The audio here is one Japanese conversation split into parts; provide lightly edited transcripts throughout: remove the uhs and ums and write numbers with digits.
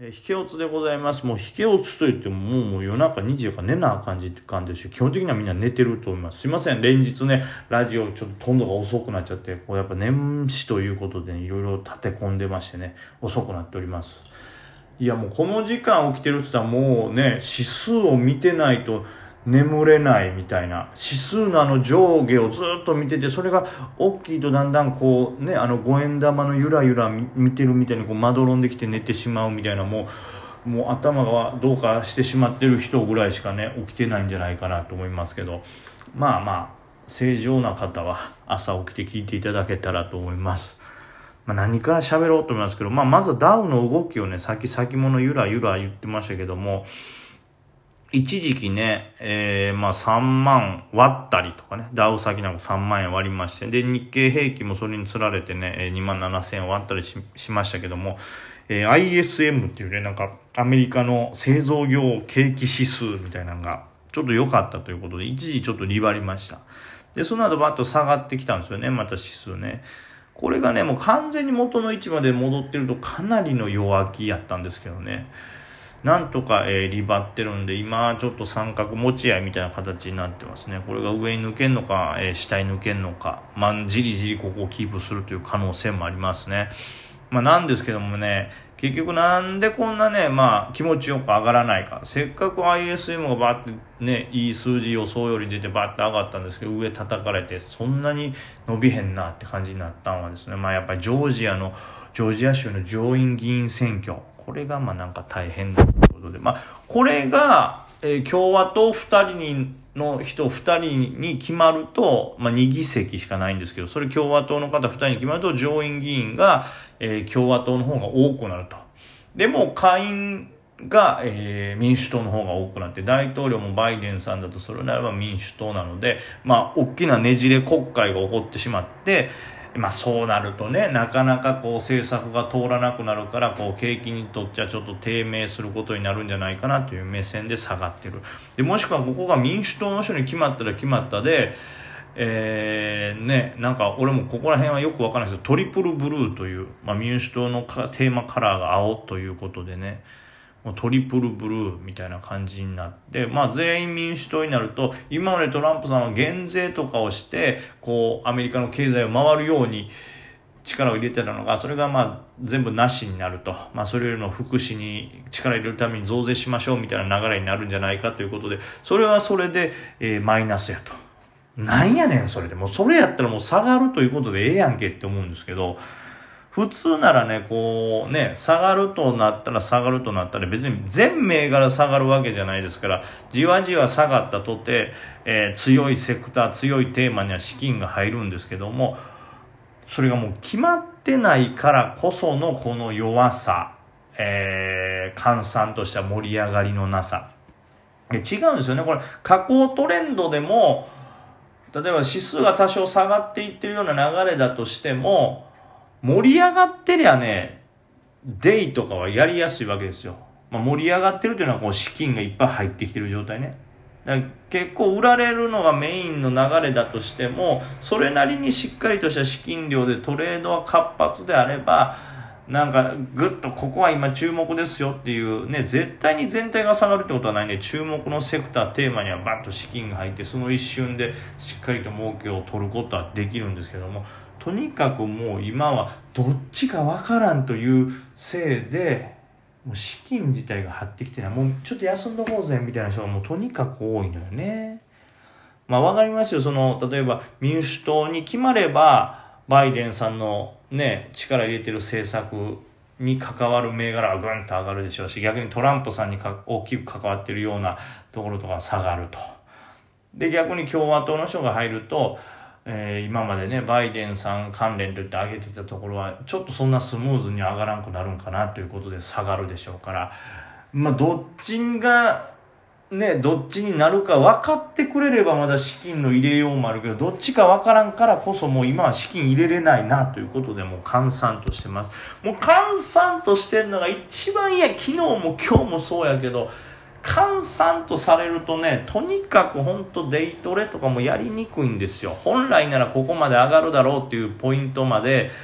引け落ちでございます。もう引け落ちといってももう夜中2時とか寝なあかん時間ですし、基本的にはみんな寝てると思います。すいません、連日ねラジオちょっと飛んどが遅くなっちゃって、こうやっぱ年始ということで、ね、いろいろ立て込んでましてね、遅くなっております。いやもうこの時間起きてるって言ったらもうね、指数を見てないと眠れないみたいな、指数の上下をずっと見てて、それが大きいとだんだんこうね、5円玉のゆらゆら見てるみたいにこうまどろんできて寝てしまうみたいな、もう頭がどうかしてしまってる人ぐらいしかね起きてないんじゃないかなと思いますけど、まあ正常な方は朝起きて聞いていただけたらと思います。何から喋ろうと思いますけど、まずダウの動きをね、さっき先物ゆらゆら言ってましたけども、一時期ね、3万割ったりとかね、ダウ先なんか3万円割りまして、で、日経平均もそれにつられてね、2万7000円割ったり しましたけども、ISM っていうね、なんかアメリカの製造業景気指数みたいなのがちょっと良かったということで、一時ちょっと利張りました。で、その後バッと下がってきたんですよね、また指数ね。これがね、もう完全に元の位置まで戻ってるとかなりの弱気やったんですけどね。なんとか、リバってるんで、今ちょっと三角持ち合いみたいな形になってますね。これが上に抜けんのか、下に抜けんのか、じりじりここをキープするという可能性もありますね。なんですけどもね、結局なんでこんなね、気持ちよく上がらないか。せっかく ISM がバッてね、いい数字予想より出てバッて上がったんですけど、上叩かれてそんなに伸びへんなって感じになったのはですね、やっぱりジョージア州の上院議員選挙、これがなんか大変だということで、これが、共和党の人2人に決まると、2議席しかないんですけど、それ共和党の方2人に決まると上院議員が、共和党の方が多くなると。でも下院が、民主党の方が多くなって、大統領もバイデンさんだとそれならば民主党なので、大きなねじれ国会が起こってしまって、そうなるとね、なかなかこう政策が通らなくなるから、こう景気にとっちゃちょっと低迷することになるんじゃないかなという目線で下がってる。で、もしくはここが民主党の人に決まったら決まったで、なんか俺もここら辺はよくわからないですけど、トリプルブルーという、民主党のテーマカラーが青ということでね、もうトリプルブルーみたいな感じになって、全員民主党になると、今までトランプさんは減税とかをして、こうアメリカの経済を回るように力を入れてたのが、それが全部なしになると、それよりの福祉に力を入れるために増税しましょうみたいな流れになるんじゃないかということで、それはそれで、マイナスやと。なんやねんそれで。もうそれやったらもう下がるということでええやんけって思うんですけど、普通ならね、こうね、下がるとなったら別に全銘柄下がるわけじゃないですから、じわじわ下がったとて、強いセクター、強いテーマには資金が入るんですけども、それがもう決まってないからこそのこの弱さ、換算とした盛り上がりのなさ。違うんですよね。これ、下降トレンドでも、例えば指数が多少下がっていってるような流れだとしても、盛り上がってりゃね、デイとかはやりやすいわけですよ。盛り上がってるというのはこう資金がいっぱい入ってきてる状態ね。だから結構売られるのがメインの流れだとしても、それなりにしっかりとした資金量でトレードは活発であれば、なんかぐっとここは今注目ですよっていうね、絶対に全体が下がるってことはないんで、注目のセクター、テーマにはバッと資金が入って、その一瞬でしっかりと儲けを取ることはできるんですけども、とにかくもう今はどっちかわからんというせいで、もう資金自体が張ってきてない、もうちょっと休んどこうぜみたいな人がもうとにかく多いのよね。わかりますよ。例えば民主党に決まれば、バイデンさんのね、力入れてる政策に関わる銘柄はぐんと上がるでしょうし、逆にトランプさんに大きく関わってるようなところとか下がると。で、逆に共和党の人が入ると、今までねバイデンさん関連と言って上げてたところはちょっとそんなスムーズに上がらんくなるんかなということで下がるでしょうから、どっちがねどっちになるか分かってくれればまだ資金の入れようもあるけど、どっちか分からんからこそもう今は資金入れれないなということで、もう閑散としてます。もう閑散としてるのが一番昨日も今日もそうやけど、換算とされるとね、とにかく本当デイトレとかもやりにくいんですよ。本来ならここまで上がるだろうっていうポイントまで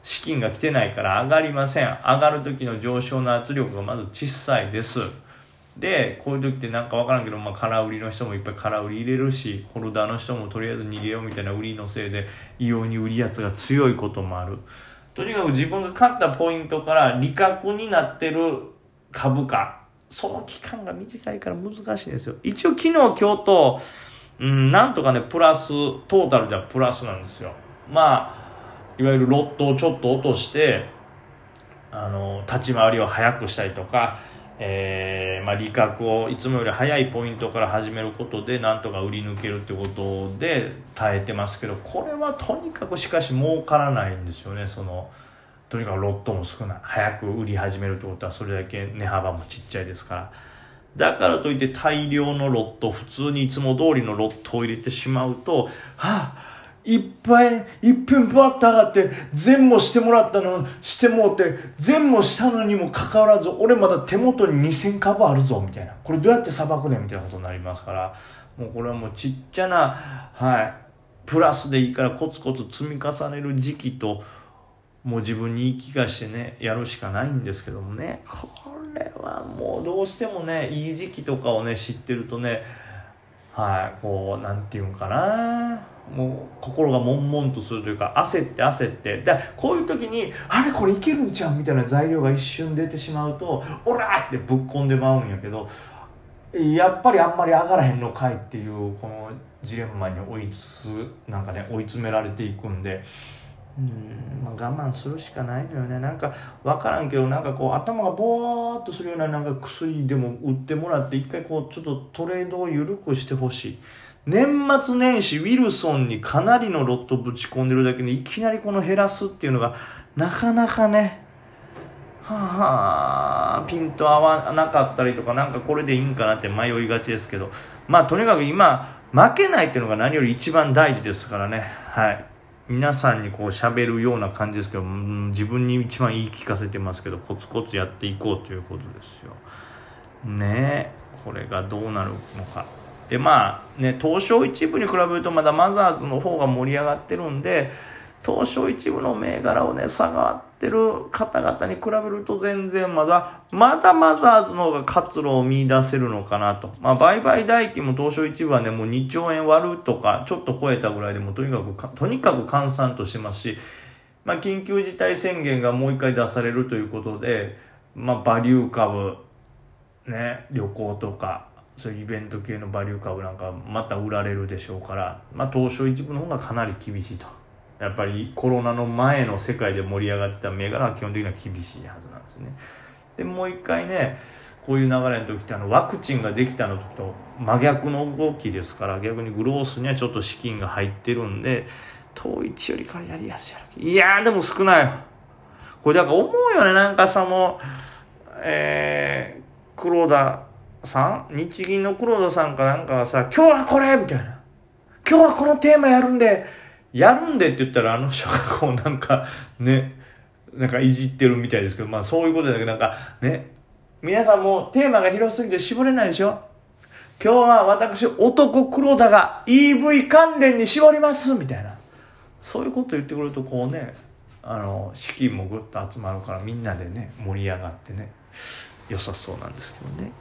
資金が来てないから上がりません。上がる時の上昇の圧力がまず小さいです。で、こういう時ってなんかわからんけど、空売りの人もいっぱい空売り入れるし、ホルダーの人もとりあえず逃げようみたいな売りのせいで異様に売り圧が強いこともある。とにかく自分が買ったポイントから利確になってる株価、その期間が短いから難しいんですよ。一応昨日今日と、なんとかね、プラス、トータルじゃプラスなんですよ。いわゆるロットをちょっと落として、立ち回りを早くしたりとか、利確をいつもより早いポイントから始めることでなんとか売り抜けるってことで耐えてますけど、これはとにかくしかし儲からないんですよね。とにかくロットも少ない、早く売り始めるってことはそれだけ値幅もちっちゃいですから、だからといって大量のロット、普通にいつも通りのロットを入れてしまうと、いっぱいいっぺんバッと上がって全もしてもらったのしてもうて全もしたのにもかかわらず俺まだ手元に2000株あるぞみたいな、これどうやってさばくねんみたいなことになりますから、もうこれはもうちっちゃなプラスでいいからコツコツ積み重ねる時期と、もう自分に言い聞かしてねやるしかないんですけどもね、これはもうどうしてもねいい時期とかをね知ってるとね、こうなんていうんかな、もう心が悶々とするというか、焦ってこういう時にあれこれいけるんちゃうみたいな材料が一瞬出てしまうとオラーってぶっ込んでまうんやけど、やっぱりあんまり上がらへんのかいっていうこのジレンマに追い詰められていくんで、我慢するしかないのよね。なんか分からんけど、なんかこう頭がボーっとするようななんか薬でも打ってもらって一回こうちょっとトレードを緩くしてほしい。年末年始ウィルソンにかなりのロットぶち込んでるだけでいきなりこの減らすっていうのがなかなかねピンと合わなかったりとか、なんかこれでいいんかなって迷いがちですけど、とにかく今負けないっていうのが何より一番大事ですからね。皆さんにこう喋るような感じですけど、自分に一番言い聞かせてますけど、コツコツやっていこうということですよね。これがどうなるのかで、東証一部に比べるとまだマザーズの方が盛り上がってるんで、東証一部の銘柄をね下がってる方々に比べると全然まだマザーズの方が活路を見出せるのかなと。売買代金も東証一部はねもう2兆円割るとかちょっと超えたぐらいでもとにかく閑散としてますし、緊急事態宣言がもう一回出されるということで、バリュー株ね、旅行とかそういうイベント系のバリュー株なんかまた売られるでしょうから、東証一部の方がかなり厳しいと。やっぱりコロナの前の世界で盛り上がってた銘柄は基本的には厳しいはずなんですね。でもう一回ねこういう流れの時ってワクチンができたの時と真逆の動きですから、逆にグロースにはちょっと資金が入ってるんで統一よりかはやりやすい。いやでも少ないよこれ。だから思うよね、なんか黒田さん、日銀の黒田さんかなんかはさ、今日はこれみたいな、今日はこのテーマやるんでって言ったらあの人がこうなんかいじってるみたいですけど、そういうことだけど、なんかね、皆さんもテーマが広すぎて絞れないでしょ。今日は私男黒田が EV 関連に絞りますみたいな、そういうこと言ってくるとこうね、資金もぐっと集まるからみんなでね盛り上がってね良さそうなんですけどね。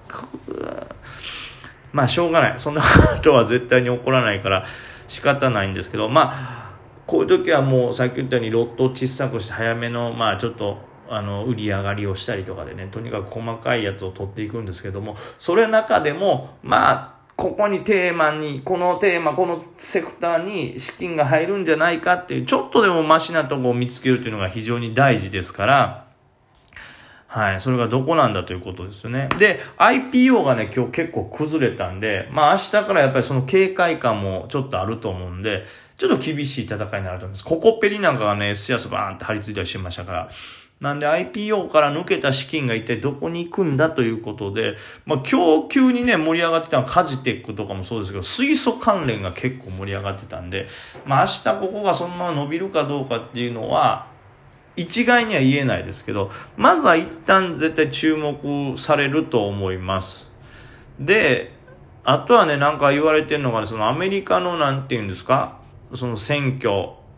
しょうがない、そんなことは絶対に起こらないから仕方ないんですけど、こういう時はもうさっき言ったようにロットを小さくして早めのちょっと売り上がりをしたりとかでね、とにかく細かいやつを取っていくんですけども、それの中でもここにこのセクターに資金が入るんじゃないかっていうちょっとでもマシなところを見つけるというのが非常に大事ですから、それがどこなんだということですよね。で IPO がね今日結構崩れたんで、明日からやっぱりその警戒感もちょっとあると思うんで、ちょっと厳しい戦いになると思います。ココペリなんかがね S 安バーンって張り付いたりしましたから、なんで IPO から抜けた資金が一体どこに行くんだということで、今日急にね盛り上がってたのはカジテックとかもそうですけど、水素関連が結構盛り上がってたんで、明日ここがそのまま伸びるかどうかっていうのは一概には言えないですけど、まずは一旦絶対注目されると思います。で、あとはね、なんか言われてるのがね、そのアメリカのなんていうんですか、その選挙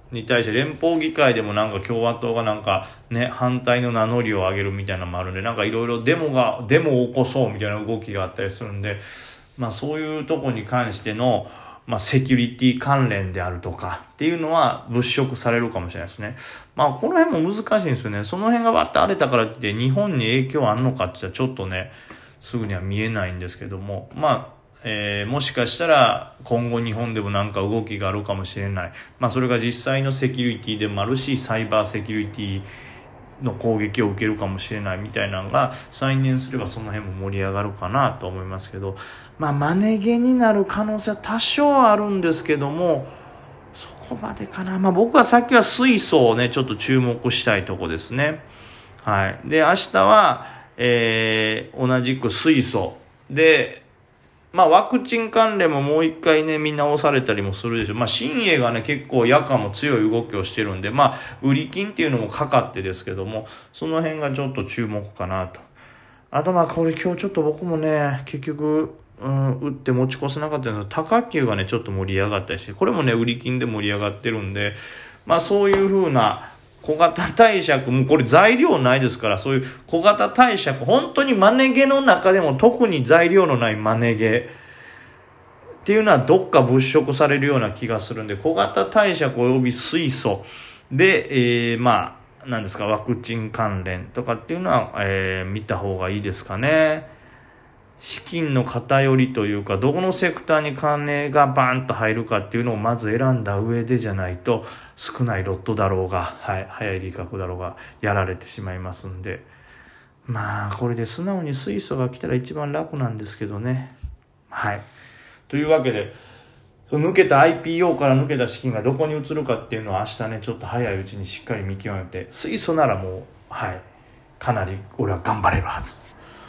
に対して連邦議会でもなんか共和党がなんかね、反対の名乗りを上げるみたいなのもあるんで、なんかいろいろデモを起こそうみたいな動きがあったりするんで、まあそういうとこに関しての、まあセキュリティ関連であるとかっていうのは物色されるかもしれないですね。まあこの辺も難しいんですよね。その辺がバッと荒れたからって日本に影響あんのかって言ったらちょっとね、すぐには見えないんですけども、まあ、もしかしたら今後日本でもなんか動きがあるかもしれない。まあそれが実際のセキュリティでもあるし、サイバーセキュリティの攻撃を受けるかもしれないみたいなのが再燃すればその辺も盛り上がるかなと思いますけど、まあマネゲになる可能性は多少あるんですけども、そこまでかな。まあ僕はさっきは水素をね、ちょっと注目したいとこですね。はい。で、明日は、同じく水素で、まあワクチン関連ももう一回ね見直されたりもするでしょう。まあ新鋭がね結構夜間も強い動きをしてるんで、まあ売り金っていうのもかかってですけども、その辺がちょっと注目かなと。あとまあこれ今日ちょっと僕もね結局打って持ち越せなかったんですけど、高級がねちょっと盛り上がったりして、これもね売り金で盛り上がってるんで、まあそういう風な小型貸借もこれ材料ないですから、そういう小型貸借、本当にマネゲの中でも特に材料のないマネゲっていうのはどっか物色されるような気がするんで、小型貸借および水素で、まあ何ですか、ワクチン関連とかっていうのは、見た方がいいですかね。資金の偏りというか、どこのセクターに金がバーンと入るかっていうのをまず選んだ上でじゃないと、少ないロットだろうが、はい、早い利確だろうがやられてしまいますんで、まあこれで素直に水素が来たら一番楽なんですけどね。はい。というわけで、抜けた IPO から抜けた資金がどこに移るかっていうのは明日ねちょっと早いうちにしっかり見極めて、水素ならもうはいかなり俺は頑張れるはず。